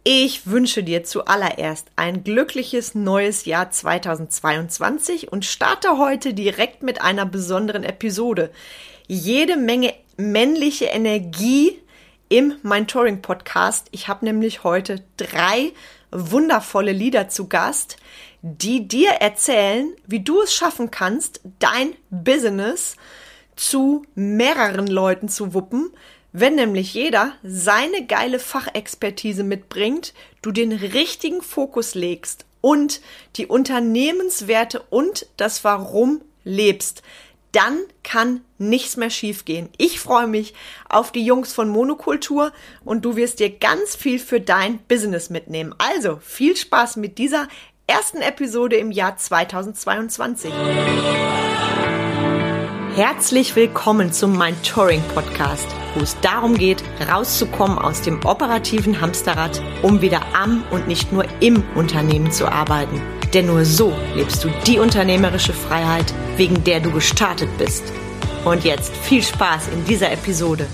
Ich wünsche dir zuallererst ein glückliches neues Jahr 2022 und starte heute direkt mit einer besonderen Episode. Jede Menge männliche Energie im Mentoring-Podcast. Ich habe nämlich heute 3 wundervolle Leader zu Gast, die dir erzählen, wie du es schaffen kannst, dein Business zu mehreren Leuten zu wuppen, wenn nämlich jeder seine geile Fachexpertise mitbringt, du den richtigen Fokus legst und die Unternehmenswerte und das Warum lebst, dann kann nichts mehr schiefgehen. Ich freue mich auf die Jungs von Monokultur und du wirst dir ganz viel für dein Business mitnehmen. Also viel Spaß mit dieser ersten Episode im Jahr 2022. Herzlich willkommen zum Mentoring-Podcast, wo es darum geht, rauszukommen aus dem operativen Hamsterrad, um wieder am und nicht nur im Unternehmen zu arbeiten. Denn nur so lebst du die unternehmerische Freiheit, wegen der du gestartet bist. Und jetzt viel Spaß in dieser Episode.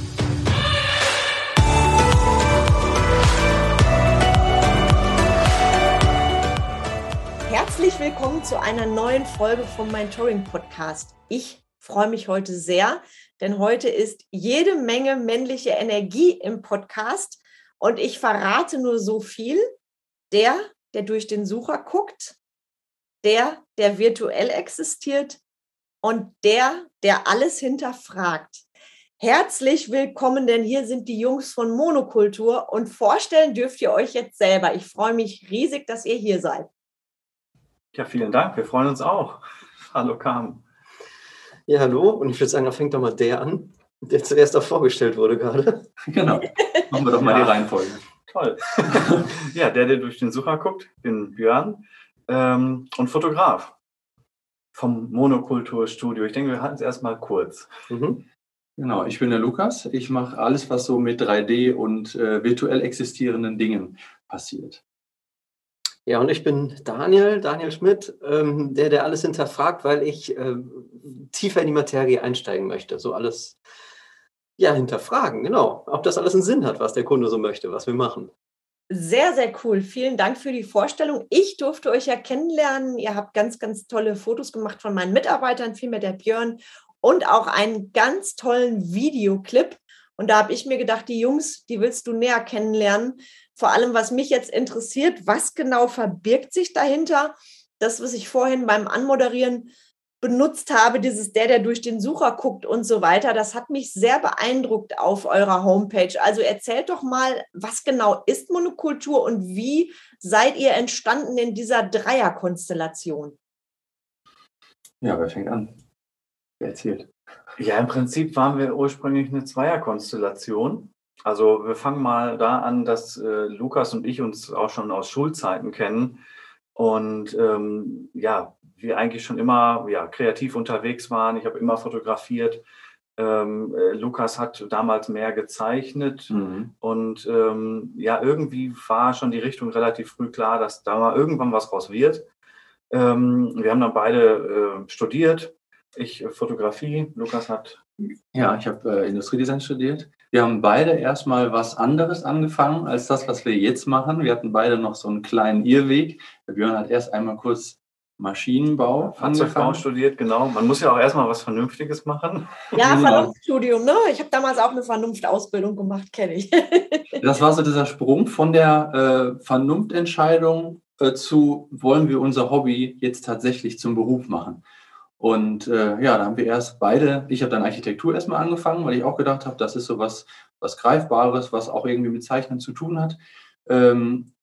Herzlich willkommen zu einer neuen Folge vom Mentoring-Podcast. Ich freue mich heute sehr, denn heute ist jede Menge männliche Energie im Podcast und ich verrate nur so viel. Der durch den Sucher guckt, der virtuell existiert und der alles hinterfragt. Herzlich willkommen, denn hier sind die Jungs von Monokultur und vorstellen dürft ihr euch jetzt selber. Ich freue mich riesig, dass ihr hier seid. Ja, vielen Dank. Wir freuen uns auch. Hallo, Carmen. Ja, hallo. Und ich würde sagen, da fängt doch mal der an, der zuerst auch vorgestellt wurde gerade. Genau. Machen wir doch mal die Reihenfolge. Toll. Ja, der durch den Sucher guckt, bin Björn und Fotograf vom Monokultur-Studio. Ich denke, wir halten es erstmal kurz. Genau, ich bin der Lukas. Ich mache alles, was so mit 3D und virtuell existierenden Dingen passiert. Ja, und ich bin Daniel Schmidt, der alles hinterfragt, weil ich tiefer in die Materie einsteigen möchte. So alles hinterfragen, genau. Ob das alles einen Sinn hat, was der Kunde so möchte, was wir machen. Sehr, sehr cool. Vielen Dank für die Vorstellung. Ich durfte euch ja kennenlernen. Ihr habt ganz, ganz tolle Fotos gemacht von meinen Mitarbeitern, vielmehr der Björn, und auch einen ganz tollen Videoclip. Und da habe ich mir gedacht, die Jungs, die willst du näher kennenlernen. Vor allem, was mich jetzt interessiert, was genau verbirgt sich dahinter? Das, was ich vorhin beim Anmoderieren benutzt habe, dieses der durch den Sucher guckt und so weiter, das hat mich sehr beeindruckt auf eurer Homepage. Also erzählt doch mal, was genau ist Monokultur und wie seid ihr entstanden in dieser Dreierkonstellation? Ja, wer fängt an? Wer erzählt? Ja, im Prinzip waren wir ursprünglich eine Zweierkonstellation. Also wir fangen mal da an, dass Lukas und ich uns auch schon aus Schulzeiten kennen und wir eigentlich schon immer kreativ unterwegs waren. Ich habe immer fotografiert. Lukas hat damals mehr gezeichnet und irgendwie war schon die Richtung relativ früh klar, dass da mal irgendwann was raus wird. Wir haben dann beide studiert. Ich Fotografie, Lukas hat... Ja, ich habe Industriedesign studiert. Wir haben beide erstmal was anderes angefangen als das, was wir jetzt machen. Wir hatten beide noch so einen kleinen Irrweg. Der Björn hat erst einmal kurz Maschinenbau Fahrzeugbau studiert, genau. Man muss ja auch erstmal was Vernünftiges machen. Ja, Vernunftstudium, ne? Ich habe damals auch eine Vernunftausbildung gemacht, kenne ich. Das war so dieser Sprung von der Vernunftentscheidung zu, wollen wir unser Hobby jetzt tatsächlich zum Beruf machen. Und da haben wir erst beide, ich habe dann Architektur erstmal angefangen, weil ich auch gedacht habe, das ist so was Greifbares, was auch irgendwie mit Zeichnen zu tun hat. Dann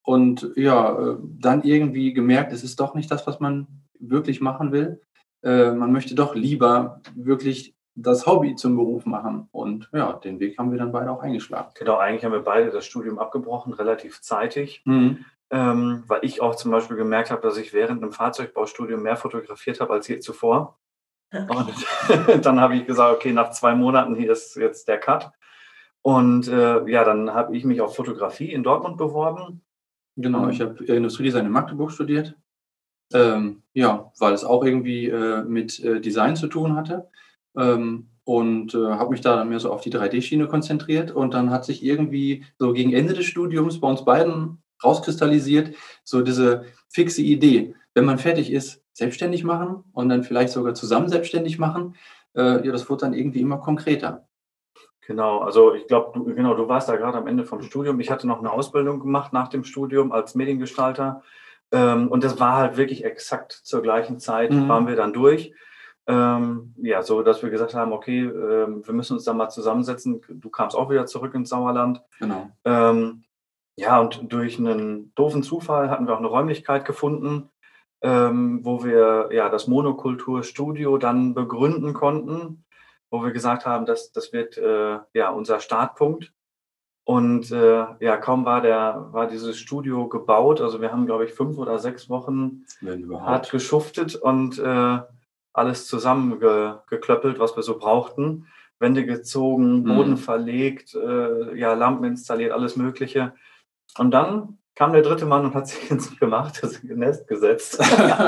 irgendwie gemerkt, es ist doch nicht das, was man wirklich machen will. Man möchte doch lieber wirklich das Hobby zum Beruf machen. Und ja, den Weg haben wir dann beide auch eingeschlagen. Genau, eigentlich haben wir beide das Studium abgebrochen, relativ zeitig. Weil ich auch zum Beispiel gemerkt habe, dass ich während einem Fahrzeugbaustudium mehr fotografiert habe als je zuvor. Okay. Und dann habe ich gesagt, okay, nach 2 Monaten, hier ist jetzt der Cut. Und dann habe ich mich auf Fotografie in Dortmund beworben. Genau, ich habe Industriedesign in Magdeburg studiert. Weil es auch irgendwie mit Design zu tun hatte. und habe mich da dann mehr so auf die 3D-Schiene konzentriert. Und dann hat sich irgendwie so gegen Ende des Studiums bei uns beiden rauskristallisiert, so diese fixe Idee, wenn man fertig ist, selbstständig machen und dann vielleicht sogar zusammen selbstständig machen. Ja, das wurde dann irgendwie immer konkreter. Genau, also ich glaube, du warst da gerade am Ende vom Studium. Ich hatte noch eine Ausbildung gemacht nach dem Studium als Mediengestalter. Und das war halt wirklich exakt zur gleichen Zeit, waren wir dann durch. Ja, so dass wir gesagt haben, okay, wir müssen uns da mal zusammensetzen. Du kamst auch wieder zurück ins Sauerland. Genau. Ja, und durch einen doofen Zufall hatten wir auch eine Räumlichkeit gefunden, wo wir ja das Monokulturstudio dann begründen konnten, wo wir gesagt haben, das wird ja unser Startpunkt. Und ja, kaum war dieses Studio gebaut. Also wir haben, glaube ich, 5 oder 6 Wochen hart geschuftet und alles zusammengeklöppelt, was wir so brauchten. Wände gezogen, Boden verlegt, ja, Lampen installiert, alles Mögliche. Und dann kam der dritte Mann und hat sich ins gemachtes Nest gesetzt.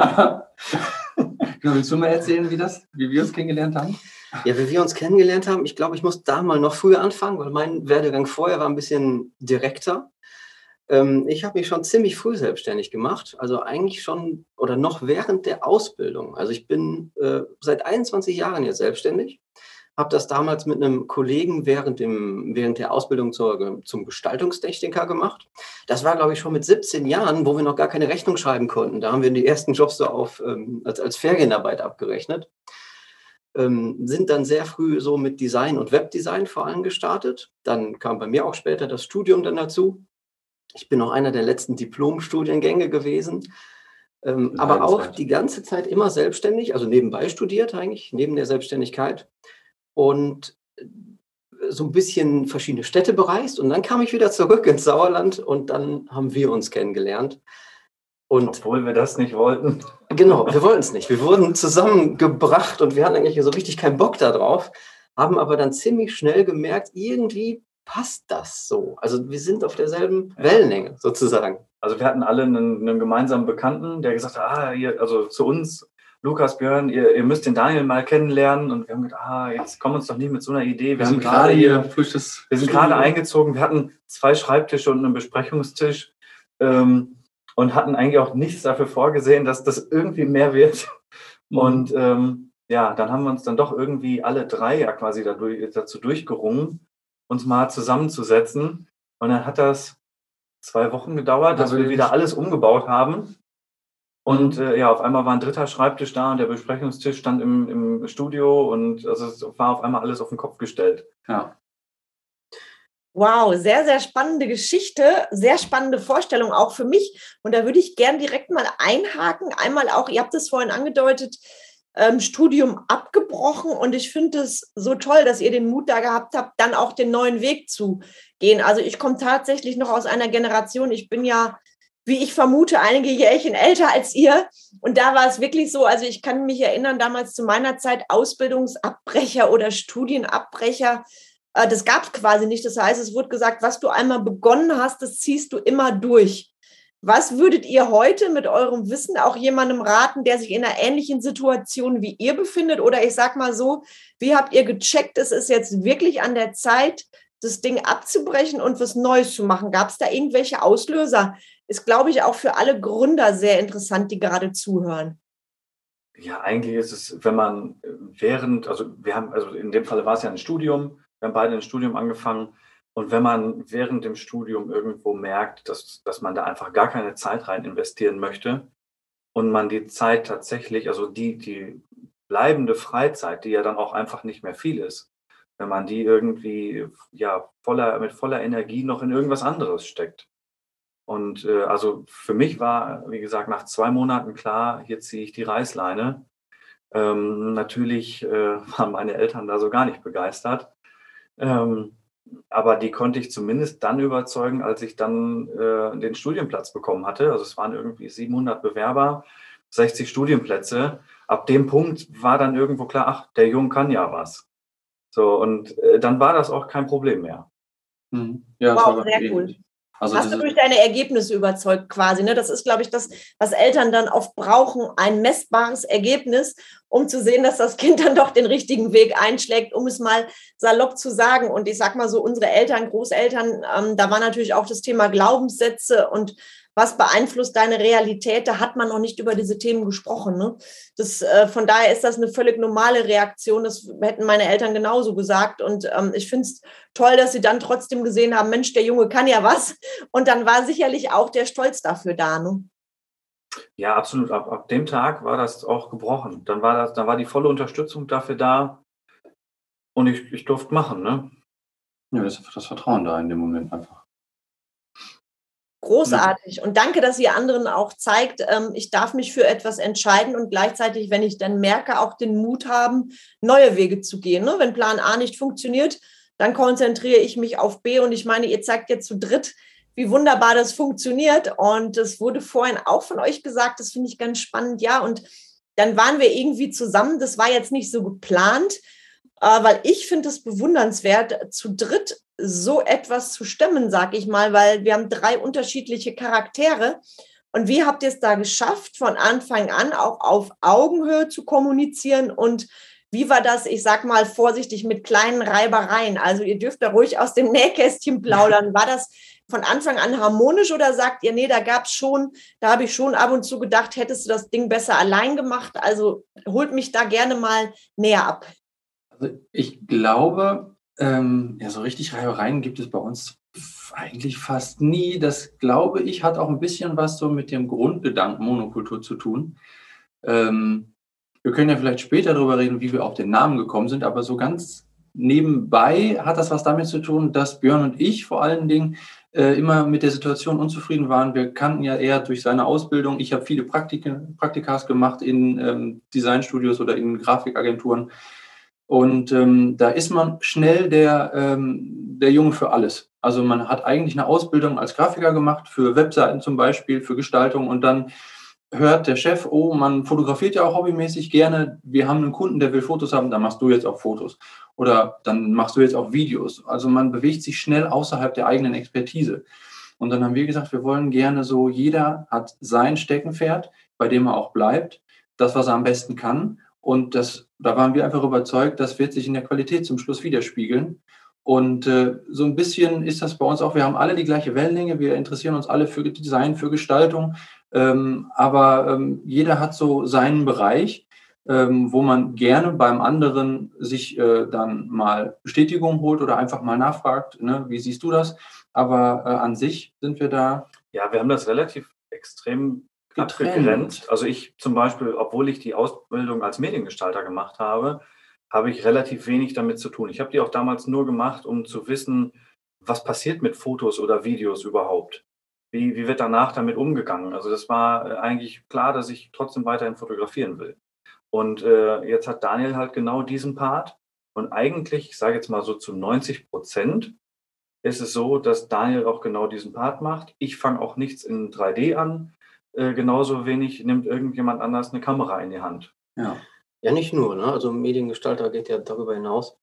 Willst du mal erzählen, wie wir uns kennengelernt haben? Ja, wie wir uns kennengelernt haben, ich glaube, ich muss da mal noch früher anfangen, weil mein Werdegang vorher war ein bisschen direkter. Ich habe mich schon ziemlich früh selbstständig gemacht, also eigentlich schon oder noch während der Ausbildung. Also ich bin seit 21 Jahren jetzt selbstständig, habe das damals mit einem Kollegen während der Ausbildung zum Gestaltungstechniker gemacht. Das war, glaube ich, schon mit 17 Jahren, wo wir noch gar keine Rechnung schreiben konnten. Da haben wir die ersten Jobs so als Ferienarbeit abgerechnet. Sind dann sehr früh so mit Design und Webdesign vor allem gestartet. Dann kam bei mir auch später das Studium dann dazu. Ich bin noch einer der letzten Diplom-Studiengänge gewesen, aber auch die ganze Zeit immer selbstständig, also nebenbei studiert eigentlich, neben der Selbstständigkeit und so ein bisschen verschiedene Städte bereist. Und dann kam ich wieder zurück ins Sauerland und dann haben wir uns kennengelernt. Und obwohl wir das nicht wollten. Genau, wir wollten es nicht. Wir wurden zusammengebracht und wir hatten eigentlich so richtig keinen Bock da drauf, haben aber dann ziemlich schnell gemerkt, irgendwie passt das so. Also wir sind auf derselben Wellenlänge sozusagen. Also wir hatten alle einen gemeinsamen Bekannten, der gesagt hat, also zu uns, Lukas, Björn, ihr müsst den Daniel mal kennenlernen. Und wir haben gedacht, jetzt kommen uns doch nicht mit so einer Idee. Wir sind gerade hier frisches. Wir sind gerade eingezogen. Wir hatten 2 Schreibtische und einen Besprechungstisch. Und hatten eigentlich auch nichts dafür vorgesehen, dass das irgendwie mehr wird. Und ja, dann haben wir uns dann doch irgendwie alle 3 ja quasi dazu durchgerungen, uns mal zusammenzusetzen. Und dann hat das 2 Wochen gedauert, dass wir wieder alles umgebaut haben. Und ja, auf einmal war ein 3. Schreibtisch da und der Besprechungstisch stand im Studio und also es war auf einmal alles auf den Kopf gestellt. Ja. Wow, sehr, sehr spannende Geschichte, sehr spannende Vorstellung auch für mich. Und da würde ich gern direkt mal einhaken. Einmal auch, ihr habt es vorhin angedeutet, Studium abgebrochen. Und ich finde es so toll, dass ihr den Mut da gehabt habt, dann auch den neuen Weg zu gehen. Also ich komme tatsächlich noch aus einer Generation, ich bin ja, wie ich vermute, einige Jährchen älter als ihr. Und da war es wirklich so, also ich kann mich erinnern, damals zu meiner Zeit Ausbildungsabbrecher oder Studienabbrecher, das gab es quasi nicht. Das heißt, es wurde gesagt, was du einmal begonnen hast, das ziehst du immer durch. Was würdet ihr heute mit eurem Wissen auch jemandem raten, der sich in einer ähnlichen Situation wie ihr befindet? Oder ich sag mal so, wie habt ihr gecheckt, es ist jetzt wirklich an der Zeit, das Ding abzubrechen und was Neues zu machen? Gab es da irgendwelche Auslöser? Ist, glaube ich, auch für alle Gründer sehr interessant, die gerade zuhören. Ja, eigentlich ist es, wenn man also in dem Fall war es ja ein Studium, wir haben beide ein Studium angefangen und wenn man während dem Studium irgendwo merkt, dass man da einfach gar keine Zeit rein investieren möchte und man die Zeit tatsächlich, also die bleibende Freizeit, die ja dann auch einfach nicht mehr viel ist, wenn man die irgendwie ja mit voller Energie noch in irgendwas anderes steckt. Und also für mich war, wie gesagt, nach 2 Monaten klar, hier ziehe ich die Reißleine. Natürlich waren meine Eltern da so gar nicht begeistert. Aber die konnte ich zumindest dann überzeugen, als ich dann den Studienplatz bekommen hatte. Also es waren irgendwie 700 Bewerber, 60 Studienplätze. Ab dem Punkt war dann irgendwo klar, ach, der Junge kann ja was. So, und dann war das auch kein Problem mehr. Ja, wow, sehr cool. Also hast du durch deine Ergebnisse überzeugt quasi, ne? Das ist, glaube ich, das, was Eltern dann oft brauchen, ein messbares Ergebnis. um zu sehen, dass das Kind dann doch den richtigen Weg einschlägt, um es mal salopp zu sagen. Und ich sag mal so, unsere Eltern, Großeltern, da war natürlich auch das Thema Glaubenssätze und was beeinflusst deine Realität, da hat man noch nicht über diese Themen gesprochen. Ne? Von daher ist das eine völlig normale Reaktion, das hätten meine Eltern genauso gesagt und ich finde es toll, dass sie dann trotzdem gesehen haben, Mensch, der Junge kann ja was und dann war sicherlich auch der Stolz dafür da. Ne? Ja, absolut. Ab dem Tag war das auch gebrochen. Dann war die volle Unterstützung dafür da und ich durfte machen. Ne? Ja, das ist das Vertrauen da in dem Moment einfach. Großartig. Und danke, dass ihr anderen auch zeigt, ich darf mich für etwas entscheiden und gleichzeitig, wenn ich dann merke, auch den Mut haben, neue Wege zu gehen. Ne? Wenn Plan A nicht funktioniert, dann konzentriere ich mich auf B. Und ich meine, ihr zeigt jetzt zu dritt, wie wunderbar das funktioniert. Und das wurde vorhin auch von euch gesagt, das finde ich ganz spannend. Ja, und dann waren wir irgendwie zusammen. Das war jetzt nicht so geplant, weil ich finde es bewundernswert, zu dritt so etwas zu stemmen, sage ich mal, weil wir haben 3 unterschiedliche Charaktere. Und wie habt ihr es da geschafft, von Anfang an auch auf Augenhöhe zu kommunizieren? Und wie war das, ich sag mal vorsichtig, mit kleinen Reibereien? Also ihr dürft da ruhig aus dem Nähkästchen plaudern. War das von Anfang an harmonisch oder sagt ihr, nee, da habe ich schon ab und zu gedacht, hättest du das Ding besser allein gemacht? Also holt mich da gerne mal näher ab. Also ich glaube, so richtig Reibereien gibt es bei uns eigentlich fast nie. Das, glaube ich, hat auch ein bisschen was so mit dem Grundgedanken Monokultur zu tun. Wir können ja vielleicht später darüber reden, wie wir auf den Namen gekommen sind, aber so ganz nebenbei hat das was damit zu tun, dass Björn und ich vor allen Dingen immer mit der Situation unzufrieden waren. Wir kannten ja eher durch seine Ausbildung. Ich habe viele Praktikas gemacht in Designstudios oder in Grafikagenturen. Und da ist man schnell der Junge für alles. Also man hat eigentlich eine Ausbildung als Grafiker gemacht, für Webseiten zum Beispiel, für Gestaltung. Und dann hört der Chef, oh, man fotografiert ja auch hobbymäßig gerne. Wir haben einen Kunden, der will Fotos haben, dann machst du jetzt auch Fotos. Oder dann machst du jetzt auch Videos. Also man bewegt sich schnell außerhalb der eigenen Expertise. Und dann haben wir gesagt, wir wollen gerne so, jeder hat sein Steckenpferd, bei dem er auch bleibt, das, was er am besten kann. Und da waren wir einfach überzeugt, das wird sich in der Qualität zum Schluss widerspiegeln. Und so ein bisschen ist das bei uns auch, wir haben alle die gleiche Wellenlänge, wir interessieren uns alle für Design, für Gestaltung, aber jeder hat so seinen Bereich, wo man gerne beim anderen sich dann mal Bestätigung holt oder einfach mal nachfragt, ne, wie siehst du das? Aber an sich sind wir da. Ja, wir haben das relativ extrem abgegrenzt. Also ich zum Beispiel, obwohl ich die Ausbildung als Mediengestalter gemacht habe, habe ich relativ wenig damit zu tun. Ich habe die auch damals nur gemacht, um zu wissen, was passiert mit Fotos oder Videos überhaupt. Wie wird danach damit umgegangen? Also das war eigentlich klar, dass ich trotzdem weiterhin fotografieren will. Und jetzt hat Daniel halt genau diesen Part. Und eigentlich, ich sage jetzt mal so zu 90% ist es so, dass Daniel auch genau diesen Part macht. Ich fange auch nichts in 3D an. Genauso wenig nimmt irgendjemand anders eine Kamera in die Hand. Ja, nicht nur, ne? Also Mediengestalter geht ja darüber hinaus.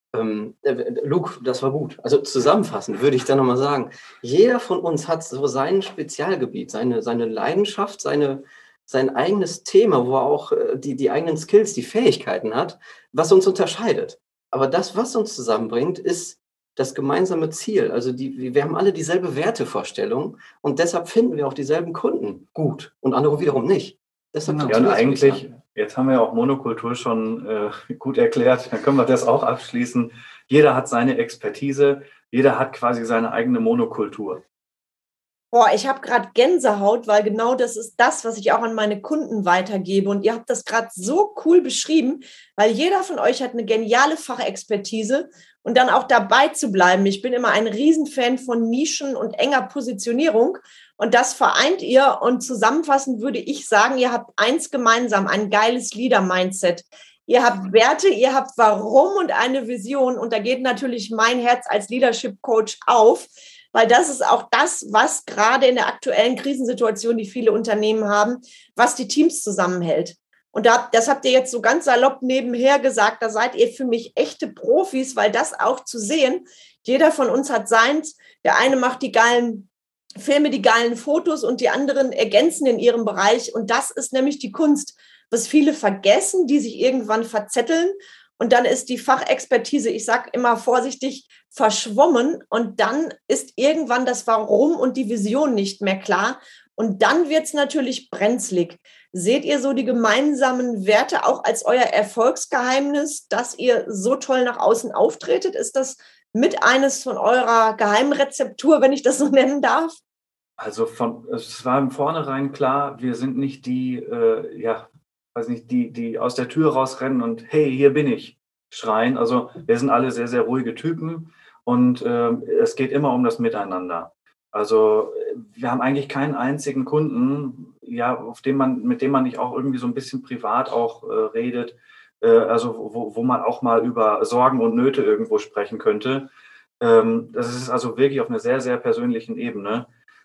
Luke, das war gut. Also zusammenfassend würde ich da nochmal sagen, jeder von uns hat so sein Spezialgebiet, seine Leidenschaft, sein eigenes Thema, wo er auch die eigenen Skills, die Fähigkeiten hat, was uns unterscheidet. Aber das, was uns zusammenbringt, ist das gemeinsame Ziel. Also wir haben alle dieselbe Wertevorstellung und deshalb finden wir auch dieselben Kunden gut und andere wiederum nicht. Deshalb ja, und eigentlich, jetzt haben wir ja auch Monokultur schon gut erklärt, dann können wir das auch abschließen. Jeder hat seine Expertise, jeder hat quasi seine eigene Monokultur. Boah, ich habe gerade Gänsehaut, weil genau das ist das, was ich auch an meine Kunden weitergebe. Und ihr habt das gerade so cool beschrieben, weil jeder von euch hat eine geniale Fachexpertise und dann auch dabei zu bleiben. Ich bin immer ein Riesenfan von Nischen und enger Positionierung und das vereint ihr. Und zusammenfassend würde ich sagen, ihr habt eins gemeinsam, ein geiles Leader-Mindset. Ihr habt Werte, ihr habt Warum und eine Vision. Und da geht natürlich mein Herz als Leadership-Coach auf, weil das ist auch das, was gerade in der aktuellen Krisensituation, die viele Unternehmen haben, was die Teams zusammenhält. Und das habt ihr jetzt so ganz salopp nebenher gesagt, da seid ihr für mich echte Profis, weil das auch zu sehen, jeder von uns hat seins, der eine macht die geilen Filme, die geilen Fotos und die anderen ergänzen in ihrem Bereich und das ist nämlich die Kunst, was viele vergessen, die sich irgendwann verzetteln. Und dann ist die Fachexpertise, ich sage immer vorsichtig, verschwommen. Und dann ist irgendwann das Warum und die Vision nicht mehr klar. Und dann wird es natürlich brenzlig. Seht ihr so die gemeinsamen Werte auch als euer Erfolgsgeheimnis, dass ihr so toll nach außen auftretet? Ist das mit eines von eurer Geheimrezeptur, wenn ich das so nennen darf? Also es war im Vornherein klar, wir sind nicht die, weiß nicht, die aus der Tür rausrennen und hey, hier bin ich, schreien. Also wir sind alle sehr, sehr ruhige Typen und es geht immer um das Miteinander. Also wir haben eigentlich keinen einzigen Kunden, ja, mit dem man nicht auch irgendwie so ein bisschen privat auch redet, also wo man auch mal über Sorgen und Nöte irgendwo sprechen könnte. Das ist also wirklich auf einer sehr, sehr persönlichen Ebene.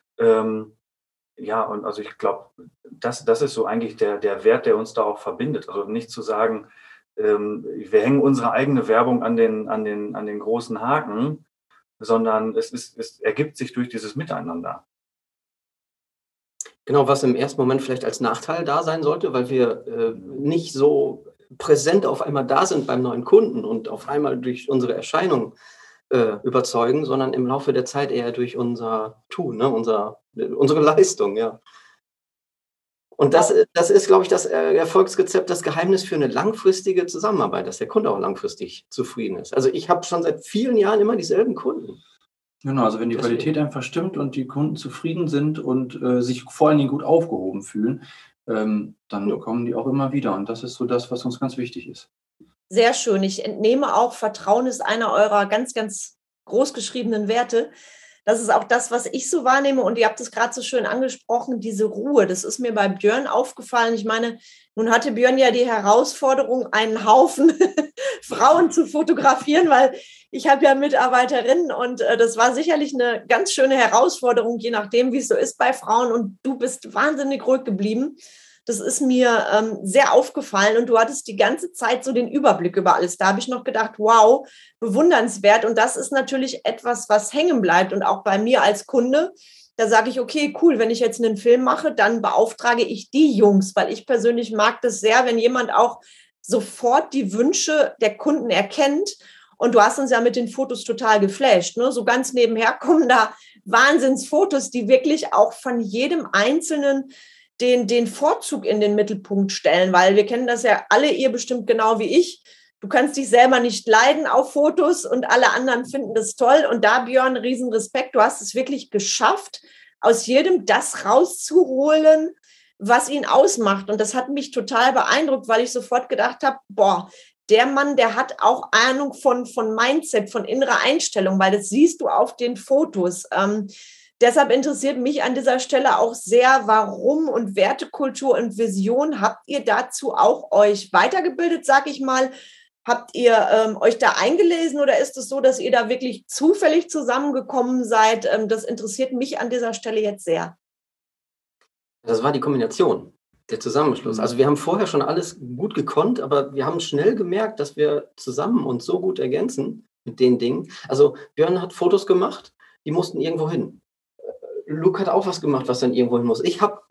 Ja, und also ich glaube, das ist so eigentlich der Wert, der uns da auch verbindet. Also nicht zu sagen, wir hängen unsere eigene Werbung an den großen Haken, sondern es ergibt sich durch dieses Miteinander. Genau, was im ersten Moment vielleicht als Nachteil da sein sollte, weil wir nicht so präsent auf einmal da sind beim neuen Kunden und auf einmal durch unsere Erscheinung überzeugen, sondern im Laufe der Zeit eher durch unser Tun, ne? Unsere Leistung, ja. Und das ist, glaube ich, das Erfolgsrezept, das Geheimnis für eine langfristige Zusammenarbeit, dass der Kunde auch langfristig zufrieden ist. Also ich habe schon seit vielen Jahren immer dieselben Kunden. Genau, also wenn die Qualität einfach stimmt und die Kunden zufrieden sind und sich vor allen Dingen gut aufgehoben fühlen, dann kommen die auch immer wieder. Und das ist so das, was uns ganz wichtig ist. Sehr schön. Ich entnehme auch, Vertrauen ist einer eurer ganz, ganz groß geschriebenen Werte. Das ist auch das, was ich so wahrnehme. Und ihr habt es gerade so schön angesprochen, diese Ruhe. Das ist mir bei Björn aufgefallen. Ich meine, nun hatte Björn ja die Herausforderung, einen Haufen Frauen zu fotografieren, weil ich habe ja Mitarbeiterinnen und das war sicherlich eine ganz schöne Herausforderung, je nachdem, wie es so ist bei Frauen. Und du bist wahnsinnig ruhig geblieben. Das ist mir sehr aufgefallen und du hattest die ganze Zeit so den Überblick über alles. Da habe ich noch gedacht, wow, bewundernswert. Und das ist natürlich etwas, was hängen bleibt. Und auch bei mir als Kunde, da sage ich, okay, cool, wenn ich jetzt einen Film mache, dann beauftrage ich die Jungs, weil ich persönlich mag das sehr, wenn jemand auch sofort die Wünsche der Kunden erkennt. Und du hast uns ja mit den Fotos total geflasht, ne? So ganz nebenher kommen da Wahnsinnsfotos, die wirklich auch von jedem Einzelnen den Vorzug in den Mittelpunkt stellen, weil wir kennen das ja alle, ihr bestimmt genau wie ich. Du kannst dich selber nicht leiden auf Fotos und alle anderen finden das toll. Und da, Björn, riesen Respekt. Du hast es wirklich geschafft, aus jedem das rauszuholen, was ihn ausmacht. Und das hat mich total beeindruckt, weil ich sofort gedacht habe, boah, der Mann, der hat auch Ahnung von Mindset, von innerer Einstellung, weil das siehst du auf den Fotos. Deshalb interessiert mich an dieser Stelle auch sehr, warum und Wertekultur und Vision. Habt ihr dazu auch euch weitergebildet, sag ich mal? Habt ihr euch da eingelesen oder ist es so, dass ihr da wirklich zufällig zusammengekommen seid? Das interessiert mich an dieser Stelle jetzt sehr. Das war die Kombination, der Zusammenschluss. Also wir haben vorher schon alles gut gekonnt, aber wir haben schnell gemerkt, dass wir zusammen uns so gut ergänzen mit den Dingen. Also Björn hat Fotos gemacht, die mussten irgendwo hin. Luke hat auch was gemacht, was dann irgendwo hin muss.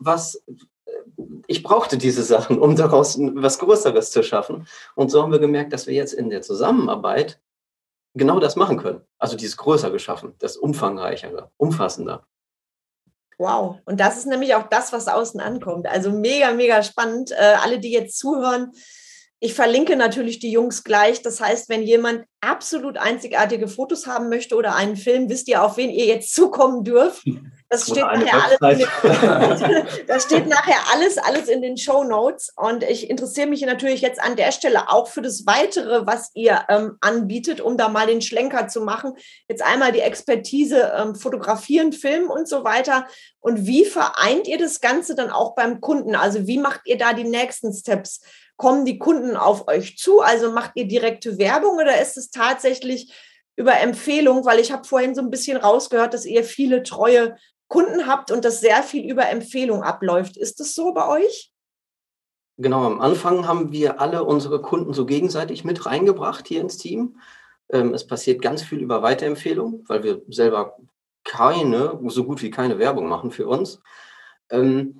Ich brauchte diese Sachen, um daraus was Größeres zu schaffen. Und so haben wir gemerkt, dass wir jetzt in der Zusammenarbeit genau das machen können. Also dieses größer geschaffen, das umfangreichere, umfassender. Wow. Und das ist nämlich auch das, was außen ankommt. Also mega, mega spannend. Alle, die jetzt zuhören, ich verlinke natürlich die Jungs gleich. Das heißt, wenn jemand absolut einzigartige Fotos haben möchte oder einen Film, wisst ihr, auf wen ihr jetzt zukommen dürft. Das steht nachher alles in den Shownotes. Und ich interessiere mich natürlich jetzt an der Stelle auch für das Weitere, was ihr anbietet, um da mal den Schlenker zu machen. Jetzt einmal die Expertise, Fotografieren, Filmen und so weiter. Und wie vereint ihr das Ganze dann auch beim Kunden? Also wie macht ihr da die nächsten Steps? Kommen die Kunden auf euch zu? Also macht ihr direkte Werbung oder ist es tatsächlich über Empfehlung? Weil ich habe vorhin so ein bisschen rausgehört, dass ihr viele treue Kunden habt und das sehr viel über Empfehlung abläuft. Ist das so bei euch? Genau, am Anfang haben wir alle unsere Kunden so gegenseitig mit reingebracht hier ins Team. Es passiert ganz viel über Weiterempfehlung, weil wir selber so gut wie keine Werbung machen für uns.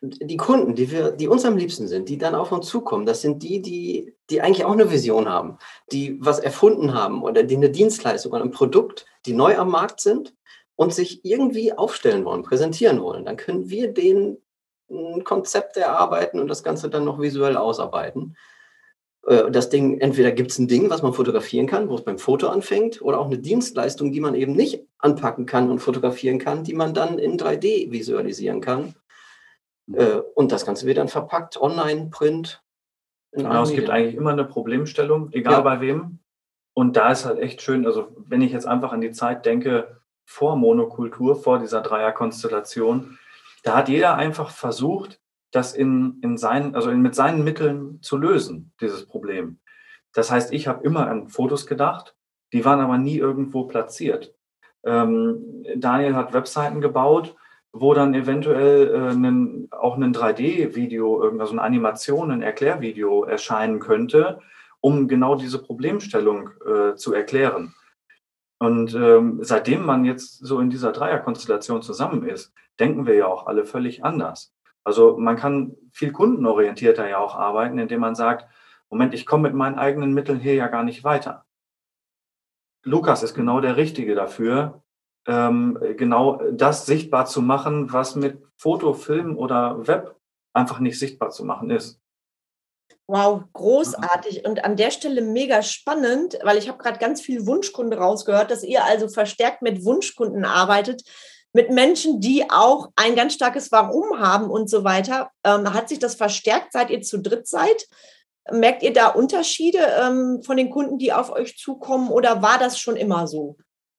die Kunden, die uns am liebsten sind, die dann auf uns zukommen, das sind die eigentlich auch eine Vision haben, die was erfunden haben oder die eine Dienstleistung oder ein Produkt, die neu am Markt sind und sich irgendwie aufstellen wollen, präsentieren wollen. Dann können wir denen ein Konzept erarbeiten und das Ganze dann noch visuell ausarbeiten. Das Ding, entweder gibt es ein Ding, was man fotografieren kann, wo es beim Foto anfängt, oder auch eine Dienstleistung, die man eben nicht anpacken kann und fotografieren kann, die man dann in 3D visualisieren kann. Und das Ganze wird dann verpackt, online, Print. Genau, es gibt eigentlich immer eine Problemstellung, egal bei wem. Und da ist halt echt schön, also wenn ich jetzt einfach an die Zeit denke, vor Monokultur, vor dieser Dreierkonstellation, da hat jeder einfach versucht, das mit seinen Mitteln zu lösen, dieses Problem. Das heißt, ich habe immer an Fotos gedacht, die waren aber nie irgendwo platziert. Daniel hat Webseiten gebaut, wo dann eventuell auch ein 3D-Video, irgendwas, eine Animation, ein Erklärvideo erscheinen könnte, um genau diese Problemstellung zu erklären. Und seitdem man jetzt so in dieser Dreierkonstellation zusammen ist, denken wir ja auch alle völlig anders. Also man kann viel kundenorientierter ja auch arbeiten, indem man sagt, Moment, ich komme mit meinen eigenen Mitteln hier ja gar nicht weiter. Lukas ist genau der Richtige dafür, genau das sichtbar zu machen, was mit Foto, Film oder Web einfach nicht sichtbar zu machen ist. Wow, großartig und an der Stelle mega spannend, weil ich habe gerade ganz viel Wunschkunde rausgehört, dass ihr also verstärkt mit Wunschkunden arbeitet, mit Menschen, die auch ein ganz starkes Warum haben und so weiter. Hat sich das verstärkt, seit ihr zu dritt seid? Merkt ihr da Unterschiede von den Kunden, die auf euch zukommen, oder war das schon immer so?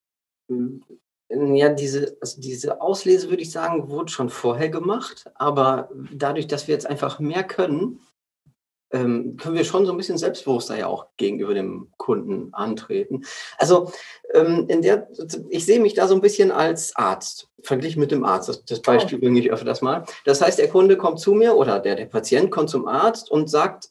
Ja, diese Auslese, würde ich sagen, wurde schon vorher gemacht, aber dadurch, dass wir jetzt einfach mehr können wir schon so ein bisschen selbstbewusster ja auch gegenüber dem Kunden antreten. Also ich sehe mich da so ein bisschen als Arzt, verglichen mit dem Arzt. Das Beispiel bringe ich öfters mal. Das heißt, der Kunde kommt zu mir oder der Patient kommt zum Arzt und sagt,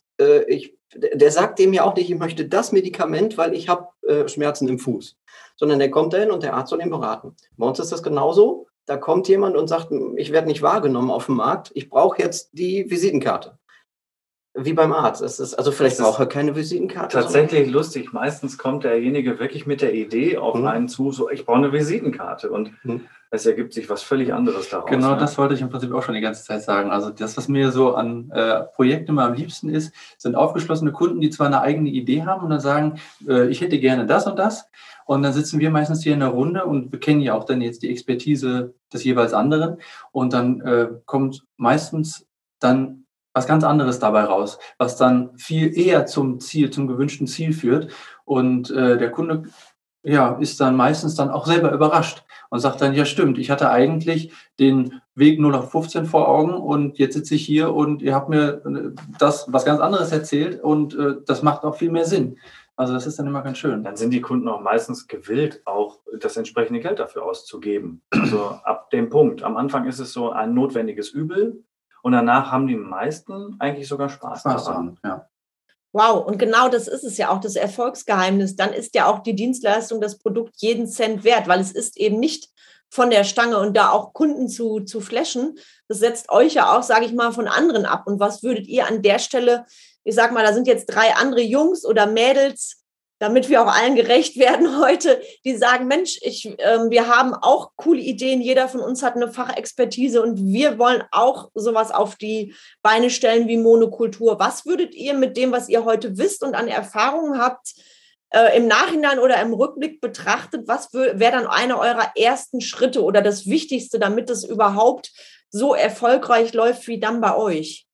der sagt dem ja auch nicht, ich möchte das Medikament, weil ich habe Schmerzen im Fuß. Sondern der kommt dahin und der Arzt soll ihn beraten. Bei uns ist das genauso. Da kommt jemand und sagt, ich werde nicht wahrgenommen auf dem Markt, ich brauche jetzt die Visitenkarte. Wie beim Arzt. Vielleicht braucht er keine Visitenkarte. Tatsächlich lustig. Meistens kommt derjenige wirklich mit der Idee auf einen zu, so ich brauche eine Visitenkarte. Und es ergibt sich was völlig anderes daraus. Genau, das wollte ich im Prinzip auch schon die ganze Zeit sagen. Also das, was mir so an Projekten immer am liebsten ist, sind aufgeschlossene Kunden, die zwar eine eigene Idee haben und dann sagen, ich hätte gerne das und das. Und dann sitzen wir meistens hier in der Runde und bekennen ja auch dann jetzt die Expertise des jeweils anderen. Und dann kommt meistens dann was ganz anderes dabei raus, was dann viel eher zum gewünschten Ziel führt. Und der Kunde ist dann meistens dann auch selber überrascht und sagt dann, ja stimmt, ich hatte eigentlich den Weg 0815 vor Augen und jetzt sitze ich hier und ihr habt mir das was ganz anderes erzählt und das macht auch viel mehr Sinn. Also das ist dann immer ganz schön. Dann sind die Kunden auch meistens gewillt, auch das entsprechende Geld dafür auszugeben. Also ab dem Punkt. Am Anfang ist es so ein notwendiges Übel. Und danach haben die meisten eigentlich sogar Spaß daran. Ja. Wow, und genau das ist es ja auch, das Erfolgsgeheimnis. Dann ist ja auch die Dienstleistung, das Produkt jeden Cent wert, weil es ist eben nicht von der Stange und da auch Kunden zu flashen. Das setzt euch ja auch, sage ich mal, von anderen ab. Und was würdet ihr an der Stelle, ich sag mal, da sind jetzt 3 andere Jungs oder Mädels, damit wir auch allen gerecht werden heute, die sagen, Mensch, wir haben auch coole Ideen, jeder von uns hat eine Fachexpertise und wir wollen auch sowas auf die Beine stellen wie Monokultur. Was würdet ihr mit dem, was ihr heute wisst und an Erfahrungen habt, im Nachhinein oder im Rückblick betrachtet, was wäre dann einer eurer ersten Schritte oder das Wichtigste, damit es überhaupt so erfolgreich läuft wie dann bei euch?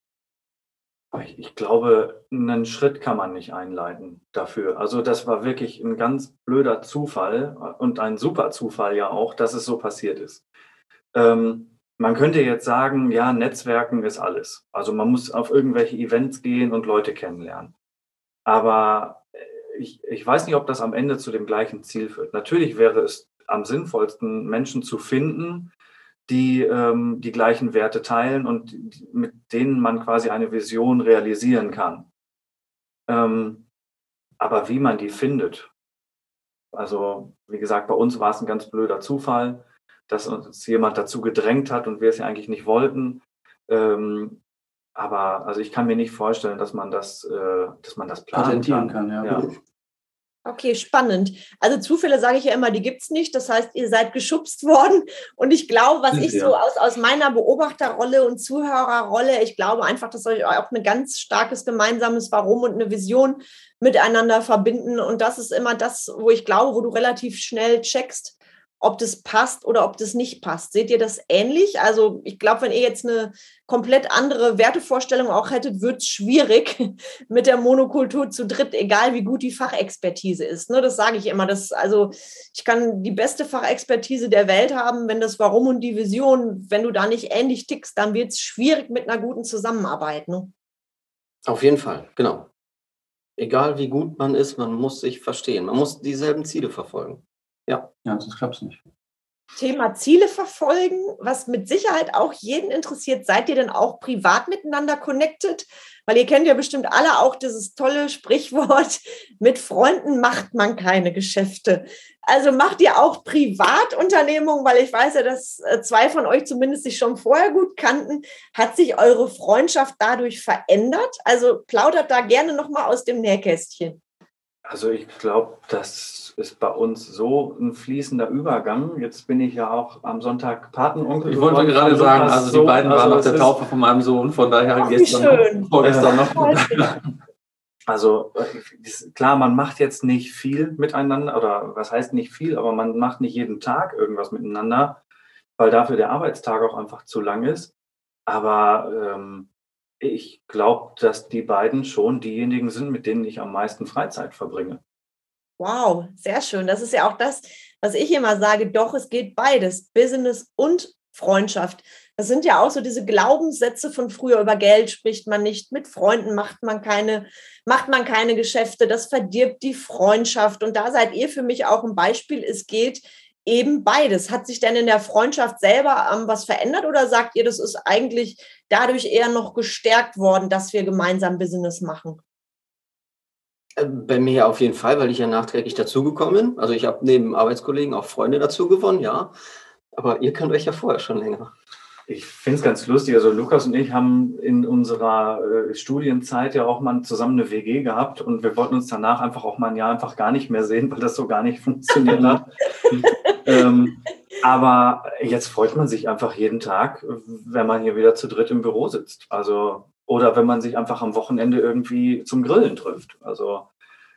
Ich glaube, einen Schritt kann man nicht einleiten dafür. Also das war wirklich ein ganz blöder Zufall und ein super Zufall ja auch, dass es so passiert ist. Man könnte jetzt sagen, ja, Netzwerken ist alles. Also man muss auf irgendwelche Events gehen und Leute kennenlernen. Aber ich weiß nicht, ob das am Ende zu dem gleichen Ziel führt. Natürlich wäre es am sinnvollsten, Menschen zu finden, die die gleichen Werte teilen und mit denen man quasi eine Vision realisieren kann. Aber wie man die findet, also wie gesagt, bei uns war es ein ganz blöder Zufall, dass uns jemand dazu gedrängt hat und wir es ja eigentlich nicht wollten. Aber also ich kann mir nicht vorstellen, dass man das planen Patentieren kann, ja. Okay, spannend. Also Zufälle sage ich ja immer, die gibt's nicht. Das heißt, ihr seid geschubst worden. Und ich glaube, was ich so aus meiner Beobachterrolle und Zuhörerrolle, ich glaube einfach, dass euch auch ein ganz starkes gemeinsames Warum und eine Vision miteinander verbinden. Und das ist immer das, wo ich glaube, wo du relativ schnell checkst, ob das passt oder ob das nicht passt. Seht ihr das ähnlich? Also ich glaube, wenn ihr jetzt eine komplett andere Wertevorstellung auch hättet, wird es schwierig mit der Monokultur zu dritt, egal wie gut die Fachexpertise ist. Ne, das sage ich immer. Also ich kann die beste Fachexpertise der Welt haben, wenn das Warum und die Vision, wenn du da nicht ähnlich tickst, dann wird es schwierig mit einer guten Zusammenarbeit. Ne? Auf jeden Fall, genau. Egal wie gut man ist, man muss sich verstehen. Man muss dieselben Ziele verfolgen. Ja, sonst klappt es nicht. Thema Ziele verfolgen, was mit Sicherheit auch jeden interessiert. Seid ihr denn auch privat miteinander connected? Weil ihr kennt ja bestimmt alle auch dieses tolle Sprichwort, mit Freunden macht man keine Geschäfte. Also macht ihr auch Privatunternehmungen, weil ich weiß ja, dass zwei von euch zumindest sich schon vorher gut kannten. Hat sich eure Freundschaft dadurch verändert? Also plaudert da gerne nochmal aus dem Nähkästchen. Also ich glaube, das ist bei uns so ein fließender Übergang. Jetzt bin ich ja auch am Sonntag Patenonkel. Ich wollte gerade sagen, also die beiden waren auf der Taufe von meinem Sohn, von daher vorgestern noch. Also klar, man macht jetzt nicht viel miteinander, oder was heißt nicht viel, aber man macht nicht jeden Tag irgendwas miteinander, weil dafür der Arbeitstag auch einfach zu lang ist. Aber ich glaube, dass die beiden schon diejenigen sind, mit denen ich am meisten Freizeit verbringe. Wow, sehr schön. Das ist ja auch das, was ich immer sage. Doch, es geht beides, Business und Freundschaft. Das sind ja auch so diese Glaubenssätze von früher. Über Geld spricht man nicht, mit Freunden macht man keine Geschäfte. Das verdirbt die Freundschaft. Und da seid ihr für mich auch ein Beispiel. Es geht eben beides. Hat sich denn in der Freundschaft selber was verändert oder sagt ihr, das ist eigentlich dadurch eher noch gestärkt worden, dass wir gemeinsam Business machen? Bei mir auf jeden Fall, weil ich ja nachträglich dazugekommen bin. Also ich habe neben Arbeitskollegen auch Freunde dazu gewonnen, ja. Aber ihr kennt euch ja vorher schon länger. Ich finde es ganz lustig. Also Lukas und ich haben in unserer Studienzeit ja auch mal zusammen eine WG gehabt und wir wollten uns danach einfach auch mal ein Jahr einfach gar nicht mehr sehen, weil das so gar nicht funktioniert hat. Aber jetzt freut man sich einfach jeden Tag, wenn man hier wieder zu dritt im Büro sitzt. Also, oder wenn man sich einfach am Wochenende irgendwie zum Grillen trifft. Also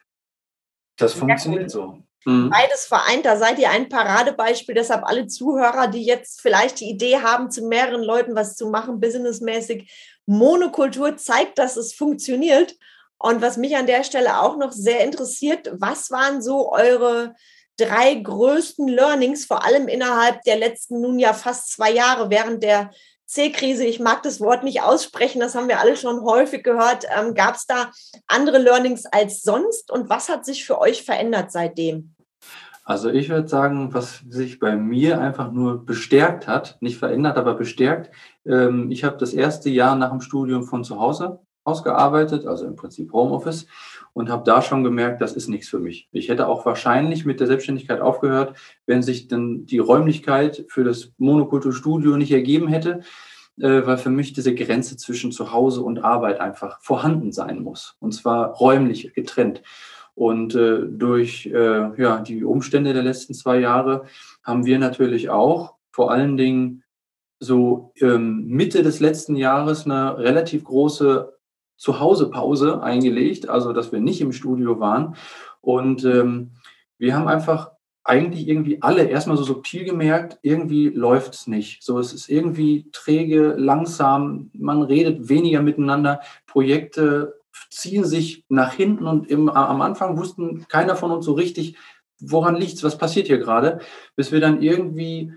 das funktioniert so. Beides vereint, da seid ihr ein Paradebeispiel, deshalb alle Zuhörer, die jetzt vielleicht die Idee haben, zu mehreren Leuten was zu machen, businessmäßig. Monokultur zeigt, dass es funktioniert. Und was mich an der Stelle auch noch sehr interessiert, was waren so eure 3 größten Learnings, vor allem innerhalb der letzten nun ja fast 2 Jahre während der C-Krise? Ich mag das Wort nicht aussprechen, das haben wir alle schon häufig gehört. Gab es da andere Learnings als sonst und was hat sich für euch verändert seitdem? Also ich würde sagen, was sich bei mir einfach nur bestärkt hat, nicht verändert, aber bestärkt. Ich habe das erste Jahr nach dem Studium von zu Hause aus gearbeitet, also im Prinzip Homeoffice, und habe da schon gemerkt, das ist nichts für mich. Ich hätte auch wahrscheinlich mit der Selbstständigkeit aufgehört, wenn sich dann die Räumlichkeit für das Monokulturstudio nicht ergeben hätte, weil für mich diese Grenze zwischen Zuhause und Arbeit einfach vorhanden sein muss, und zwar räumlich getrennt. Und durch die Umstände der letzten 2 Jahre haben wir natürlich auch vor allen Dingen so Mitte des letzten Jahres eine relativ große Zuhausepause eingelegt, also dass wir nicht im Studio waren. Und wir haben einfach eigentlich irgendwie alle erstmal so subtil gemerkt, irgendwie läuft es nicht. So, es ist irgendwie träge, langsam, man redet weniger miteinander, Projekte ziehen sich nach hinten und am Anfang wussten keiner von uns so richtig, woran liegt es, was passiert hier gerade, bis wir dann irgendwie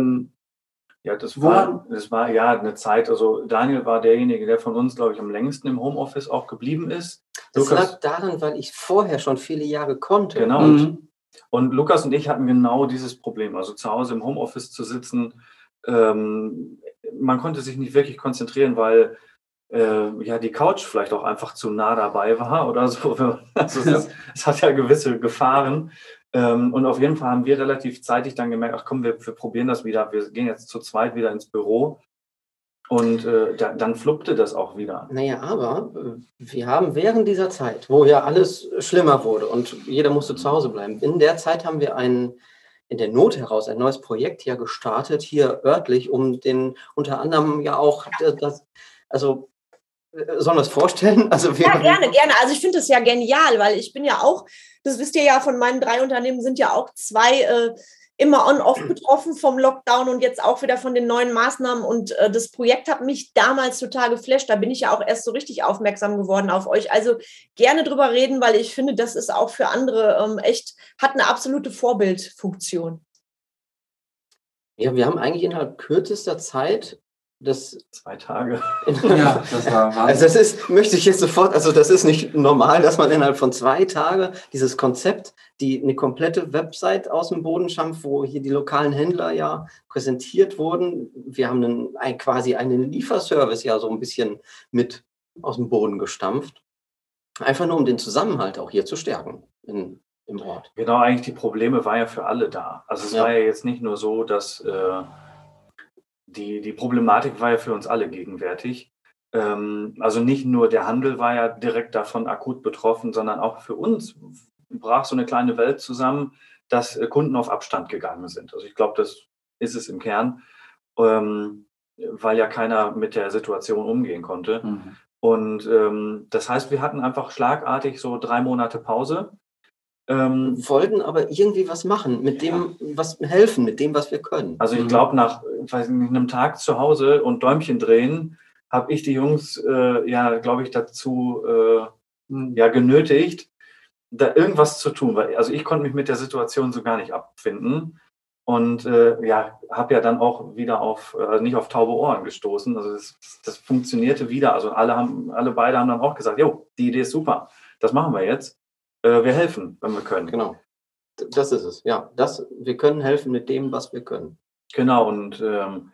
das war ja eine Zeit, also Daniel war derjenige, der von uns, glaube ich, am längsten im Homeoffice auch geblieben ist. Das lag daran, weil ich vorher schon viele Jahre konnte. Genau. Und Lukas und ich hatten genau dieses Problem, also zu Hause im Homeoffice zu sitzen. Man konnte sich nicht wirklich konzentrieren, weil die Couch vielleicht auch einfach zu nah dabei war oder so. Also es hat ja gewisse Gefahren. Und auf jeden Fall haben wir relativ zeitig dann gemerkt, ach komm, wir probieren das wieder. Wir gehen jetzt zu zweit wieder ins Büro. Und dann fluppte das auch wieder. Naja, aber wir haben während dieser Zeit, wo ja alles schlimmer wurde und jeder musste zu Hause bleiben, in der Zeit haben wir in der Not heraus ein neues Projekt ja gestartet, hier örtlich, um unter anderem ja auch also sollen wir es vorstellen? Also ja, gerne. Also ich finde das ja genial, weil ich bin ja auch, das wisst ihr ja, von meinen 3 Unternehmen sind ja auch 2 immer on-off betroffen vom Lockdown und jetzt auch wieder von den neuen Maßnahmen. Und das Projekt hat mich damals total geflasht. Da bin ich ja auch erst so richtig aufmerksam geworden auf euch. Also gerne drüber reden, weil ich finde, das ist auch für andere hat eine absolute Vorbildfunktion. Ja, wir haben eigentlich innerhalb kürzester Zeit 2 Tage. Ja, das war Wahnsinn. Also das ist nicht normal, dass man innerhalb von 2 Tagen dieses Konzept, eine komplette Website aus dem Boden stampft, wo hier die lokalen Händler ja präsentiert wurden. Wir haben quasi einen Lieferservice ja so ein bisschen mit aus dem Boden gestampft. Einfach nur, um den Zusammenhalt auch hier zu stärken im Ort. Genau, eigentlich die Probleme waren ja für alle da. Also es war ja jetzt nicht nur so, dass die Problematik war ja für uns alle gegenwärtig. Also nicht nur der Handel war ja direkt davon akut betroffen, sondern auch für uns brach so eine kleine Welt zusammen, dass Kunden auf Abstand gegangen sind. Also ich glaube, das ist es im Kern, weil ja keiner mit der Situation umgehen konnte. Mhm. Und das heißt, wir hatten einfach schlagartig so 3 Monate Pause. Wollten aber irgendwie was machen, mit dem, was wir können. Also ich glaube, nach einem Tag zu Hause und Däumchen drehen, habe ich die Jungs, glaube ich, dazu genötigt, da irgendwas zu tun. Also ich konnte mich mit der Situation so gar nicht abfinden und habe ja dann auch wieder nicht auf taube Ohren gestoßen. Also das funktionierte wieder. Also alle beide haben dann auch gesagt, jo, die Idee ist super, das machen wir jetzt. Wir helfen, wenn wir können. Genau, das ist es. Ja, wir können helfen mit dem, was wir können. Genau, und im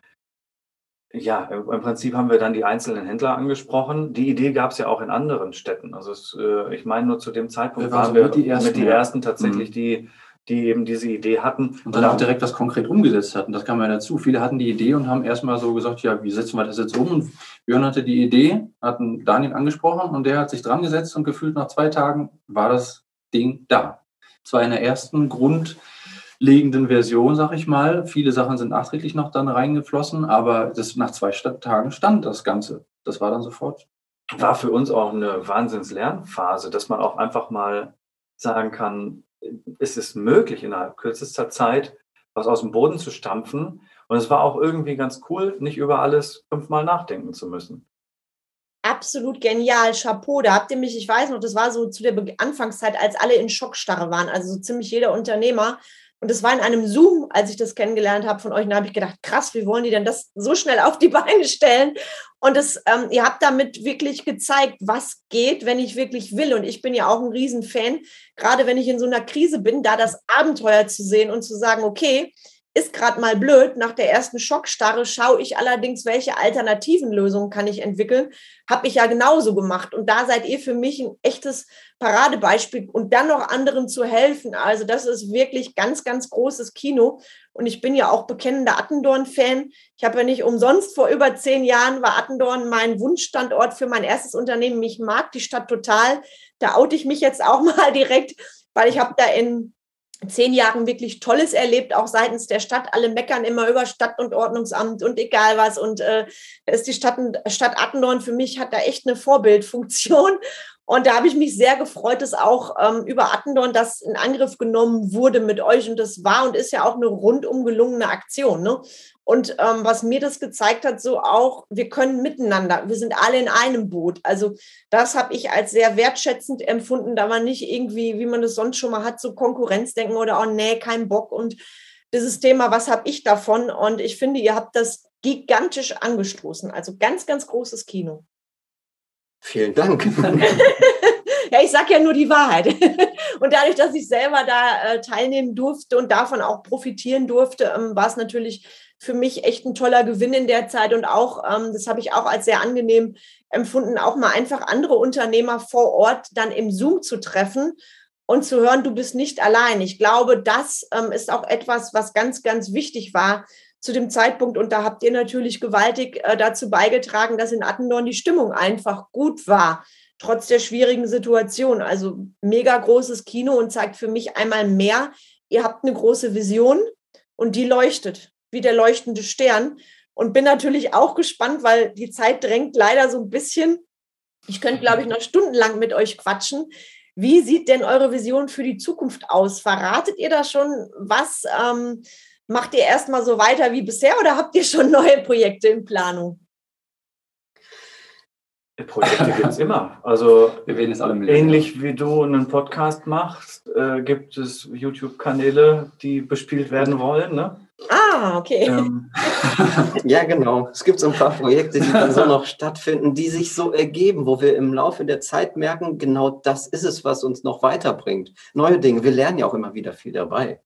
Prinzip haben wir dann die einzelnen Händler angesprochen. Die Idee gab es ja auch in anderen Städten. Also ich meine, nur zu dem Zeitpunkt waren wir mit die ersten tatsächlich, die eben diese Idee hatten. Und dann auch direkt was konkret umgesetzt hatten. Das kam ja dazu. Viele hatten die Idee und haben erstmal so gesagt, ja, wie setzen wir das jetzt um? Und Björn hatte die Idee, hatten Daniel angesprochen und der hat sich dran gesetzt und gefühlt nach 2 Tagen war das Ding da. Zwar in der ersten grundlegenden Version, sag ich mal. Viele Sachen sind nachträglich noch dann reingeflossen, aber nach 2 Tagen stand das Ganze. Das war dann sofort. War für uns auch eine Wahnsinns-Lernphase, dass man auch einfach mal sagen kann, es ist möglich, innerhalb kürzester Zeit was aus dem Boden zu stampfen. Und es war auch irgendwie ganz cool, nicht über alles 5-mal nachdenken zu müssen. Absolut genial, Chapeau. Da habt ihr mich, ich weiß noch, das war so zu der Anfangszeit, als alle in Schockstarre waren, also so ziemlich jeder Unternehmer. Und das war in einem Zoom, als ich das kennengelernt habe von euch. Und da habe ich gedacht, krass, wie wollen die denn das so schnell auf die Beine stellen? Und ihr habt damit wirklich gezeigt, was geht, wenn ich wirklich will. Und ich bin ja auch ein Riesenfan, gerade wenn ich in so einer Krise bin, da das Abenteuer zu sehen und zu sagen, okay, ist gerade mal blöd. Nach der ersten Schockstarre schaue ich allerdings, welche alternativen Lösungen kann ich entwickeln. Habe ich ja genauso gemacht. Und da seid ihr für mich ein echtes Paradebeispiel und dann noch anderen zu helfen. Also das ist wirklich ganz, ganz großes Kino. Und ich bin ja auch bekennender Attendorn-Fan. Ich habe ja nicht umsonst, vor über 10 Jahren war Attendorn mein Wunschstandort für mein erstes Unternehmen. Ich mag die Stadt total. Da oute ich mich jetzt auch mal direkt, weil ich habe da in 10 Jahren wirklich Tolles erlebt, auch seitens der Stadt. Alle meckern immer über Stadt- und Ordnungsamt und egal was. Und da ist die Stadt Attendorn für mich, hat da echt eine Vorbildfunktion. Und da habe ich mich sehr gefreut, dass auch über Attendorn das in Angriff genommen wurde mit euch. Und das war und ist ja auch eine rundum gelungene Aktion, ne? Und was mir das gezeigt hat, so auch, wir können miteinander, wir sind alle in einem Boot. Also das habe ich als sehr wertschätzend empfunden. Da war nicht irgendwie, wie man das sonst schon mal hat, so Konkurrenzdenken oder, oh nee, kein Bock. Und dieses Thema, was habe ich davon? Und ich finde, ihr habt das gigantisch angestoßen. Also ganz, ganz großes Kino. Vielen Dank. Ja, ich sage ja nur die Wahrheit. Und dadurch, dass ich selber da teilnehmen durfte und davon auch profitieren durfte, war es natürlich für mich echt ein toller Gewinn in der Zeit. Und auch, das habe ich auch als sehr angenehm empfunden, auch mal einfach andere Unternehmer vor Ort dann im Zoom zu treffen und zu hören, du bist nicht allein. Ich glaube, das ist auch etwas, was ganz, ganz wichtig war, zu dem Zeitpunkt. Und da habt ihr natürlich gewaltig dazu beigetragen, dass in Attendorn die Stimmung einfach gut war, trotz der schwierigen Situation. Also mega großes Kino und zeigt für mich einmal mehr, ihr habt eine große Vision und die leuchtet, wie der leuchtende Stern. Und bin natürlich auch gespannt, weil die Zeit drängt leider so ein bisschen. Ich könnte, glaube ich, noch stundenlang mit euch quatschen. Wie sieht denn eure Vision für die Zukunft aus? Verratet ihr da schon was? Macht ihr erstmal so weiter wie bisher oder habt ihr schon neue Projekte in Planung? Projekte gibt es immer. Also Wir werden jetzt alle ähnlich wie du einen Podcast machst, gibt es YouTube-Kanäle, die bespielt werden wollen. Ne? Ah, okay. Ja, genau. Es gibt so ein paar Projekte, die dann so noch stattfinden, die sich so ergeben, wo wir im Laufe der Zeit merken, genau das ist es, was uns noch weiterbringt. Neue Dinge. Wir lernen ja auch immer wieder viel dabei.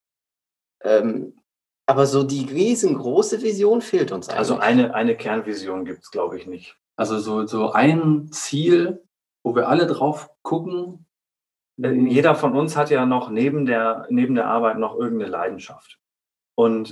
Aber so die riesengroße Vision fehlt uns eigentlich. Also eine Kernvision gibt es, glaube ich, nicht. Also so ein Ziel, wo wir alle drauf gucken. Jeder von uns hat ja noch neben der Arbeit noch irgendeine Leidenschaft. Und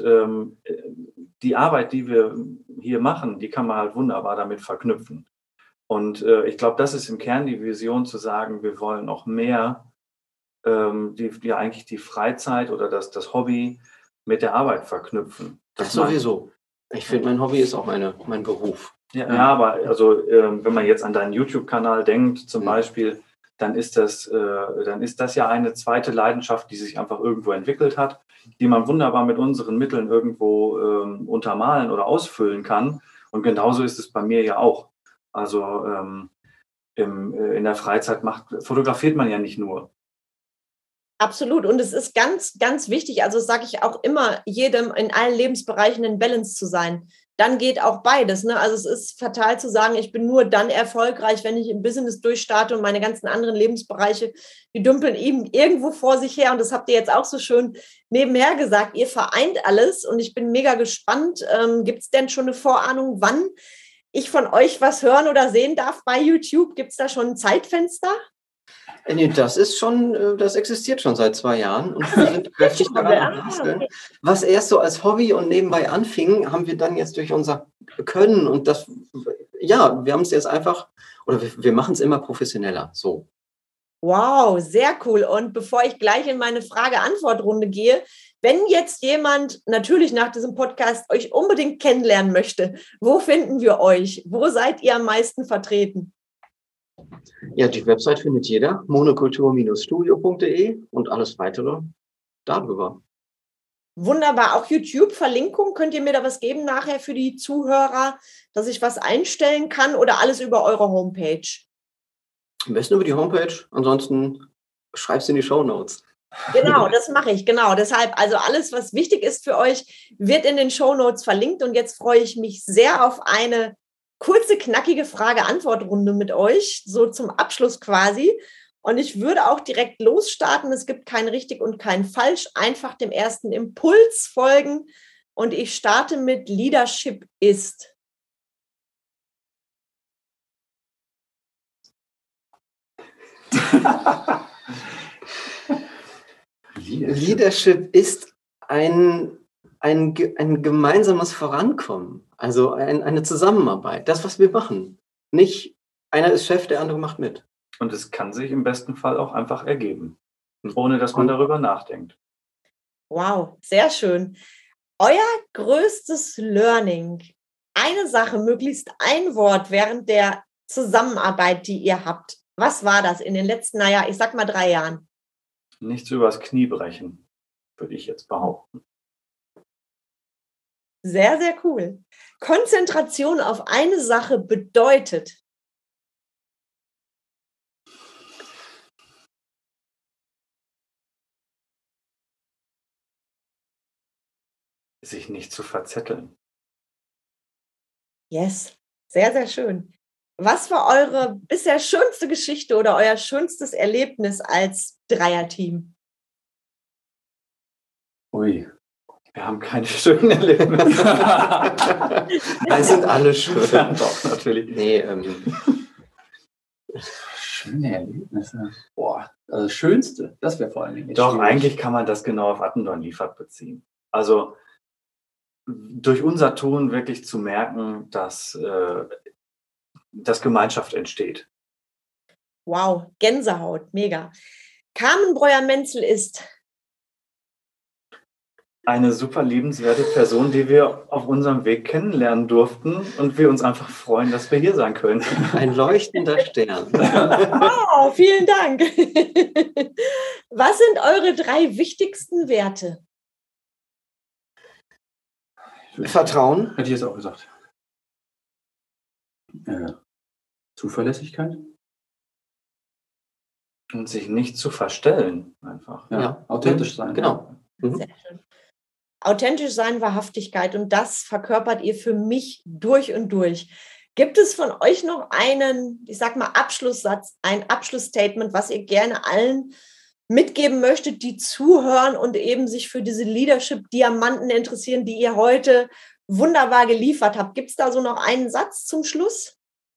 die Arbeit, die wir hier machen, die kann man halt wunderbar damit verknüpfen. Und ich glaube, das ist im Kern die Vision, zu sagen, wir wollen noch mehr eigentlich die Freizeit oder das Hobby mit der Arbeit verknüpfen. Das sowieso. Ich finde, mein Hobby ist auch mein Beruf. Ja, aber also wenn man jetzt an deinen YouTube-Kanal denkt zum Beispiel, dann ist das ja eine zweite Leidenschaft, die sich einfach irgendwo entwickelt hat, die man wunderbar mit unseren Mitteln irgendwo untermalen oder ausfüllen kann. Und genauso ist es bei mir ja auch. Also in der Freizeit fotografiert man ja nicht nur. Absolut. Und es ist ganz, ganz wichtig, also sage ich auch immer, jedem in allen Lebensbereichen in Balance zu sein. Dann geht auch beides. Ne? Also es ist fatal zu sagen, ich bin nur dann erfolgreich, wenn ich im Business durchstarte und meine ganzen anderen Lebensbereiche, die dümpeln eben irgendwo vor sich her. Und das habt ihr jetzt auch so schön nebenher gesagt. Ihr vereint alles und ich bin mega gespannt. Gibt es denn schon eine Vorahnung, wann ich von euch was hören oder sehen darf bei YouTube? Gibt es da schon ein Zeitfenster? Nee, das existiert schon seit 2 Jahren und wir sind kräftig daran. Okay. Was erst so als Hobby und nebenbei anfing, haben wir dann jetzt durch unser Können und wir haben es jetzt einfach, oder wir machen es immer professioneller, so. Wow, sehr cool. Und bevor ich gleich in meine Frage-Antwort-Runde gehe, wenn jetzt jemand natürlich nach diesem Podcast euch unbedingt kennenlernen möchte, wo finden wir euch? Wo seid ihr am meisten vertreten? Ja, die Website findet jeder, monokultur-studio.de und alles weitere darüber. Wunderbar. Auch YouTube-Verlinkung. Könnt ihr mir da was geben nachher für die Zuhörer, dass ich was einstellen kann oder alles über eure Homepage? Am besten über die Homepage, ansonsten schreib's in die Shownotes. Genau, das mache ich, genau. Deshalb, also alles, was wichtig ist für euch, wird in den Shownotes verlinkt und jetzt freue ich mich sehr auf eine kurze, knackige Frage-Antwort-Runde mit euch, so zum Abschluss quasi. Und ich würde auch direkt losstarten. Es gibt kein richtig und kein falsch. Einfach dem ersten Impuls folgen. Und ich starte mit Leadership ist. Leadership ist ein gemeinsames Vorankommen, also eine Zusammenarbeit, das, was wir machen. Nicht einer ist Chef, der andere macht mit. Und es kann sich im besten Fall auch einfach ergeben, ohne dass man darüber nachdenkt. Wow, sehr schön. Euer größtes Learning, eine Sache, möglichst ein Wort während der Zusammenarbeit, die ihr habt. Was war das in den letzten, ich sag mal 3 Jahren? Nichts übers Knie brechen, würde ich jetzt behaupten. Sehr, sehr cool. Konzentration auf eine Sache bedeutet? Sich nicht zu verzetteln. Yes, sehr, sehr schön. Was war eure bisher schönste Geschichte oder euer schönstes Erlebnis als Dreierteam? Ui, wir haben keine schönen Erlebnisse. Die sind alle schön. Ja, doch, natürlich. Nee, Schöne Erlebnisse. Boah, also das Schönste, das wäre vor allen Dingen. Doch, eigentlich kann man das genau auf Attendorn Liefert beziehen. Also durch unser Tun wirklich zu merken, dass Gemeinschaft entsteht. Wow, Gänsehaut, mega. Carmen Breuer-Menzel ist eine super liebenswerte Person, die wir auf unserem Weg kennenlernen durften und wir uns einfach freuen, dass wir hier sein können. Ein leuchtender Stern. Wow, vielen Dank. Was sind eure 3 wichtigsten Werte? Vertrauen. Hätte ich jetzt auch gesagt. Zuverlässigkeit. Und sich nicht zu verstellen, einfach. Ja. Authentisch sein. Genau. Sehr schön. Authentisch sein, Wahrhaftigkeit, und das verkörpert ihr für mich durch und durch. Gibt es von euch noch einen, ich sag mal, Abschlusssatz, ein Abschlussstatement, was ihr gerne allen mitgeben möchtet, die zuhören und eben sich für diese Leadership-Diamanten interessieren, die ihr heute wunderbar geliefert habt? Gibt es da so noch einen Satz zum Schluss?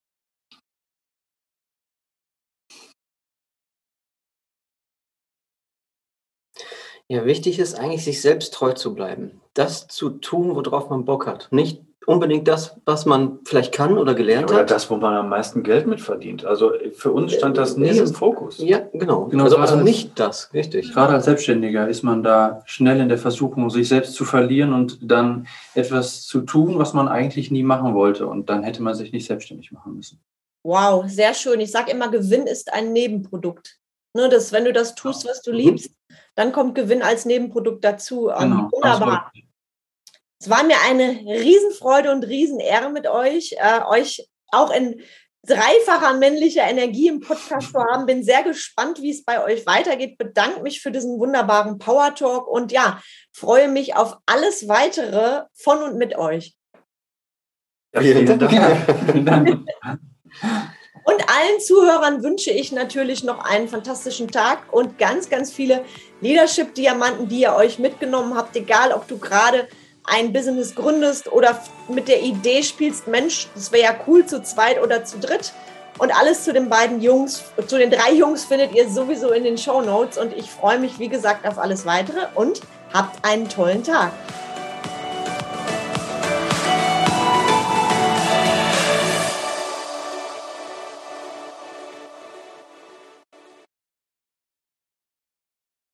Ja, wichtig ist eigentlich, sich selbst treu zu bleiben. Das zu tun, worauf man Bock hat. Nicht unbedingt das, was man vielleicht kann oder gelernt Oder hat. das, wo man am meisten Geld mit verdient. Also für uns stand das nie im Fokus. Ja, genau. Genau, Also nicht das, richtig. Gerade als Selbstständiger ist man da schnell in der Versuchung, sich selbst zu verlieren und dann etwas zu tun, was man eigentlich nie machen wollte. Und dann hätte man sich nicht selbstständig machen müssen. Wow, sehr schön. Ich sage immer, Gewinn ist ein Nebenprodukt. Ne, wenn du das tust, was du liebst, dann kommt Gewinn als Nebenprodukt dazu. Genau, Wunderbar. Es war mir eine Riesenfreude und Riesenehre mit euch, euch auch in dreifacher männlicher Energie im Podcast zu haben. Bin sehr gespannt, wie es bei euch weitergeht. Bedanke mich für diesen wunderbaren Power Talk und ja, freue mich auf alles Weitere von und mit euch. Ja, vielen Dank. Ja, vielen Dank. Und allen Zuhörern wünsche ich natürlich noch einen fantastischen Tag und ganz, ganz viele Leadership-Diamanten, die ihr euch mitgenommen habt, egal ob du gerade ein Business gründest oder mit der Idee spielst, Mensch, das wäre ja cool zu zweit oder zu dritt. Und alles zu den 3 Jungs findet ihr sowieso in den Shownotes und ich freue mich, wie gesagt, auf alles Weitere und habt einen tollen Tag.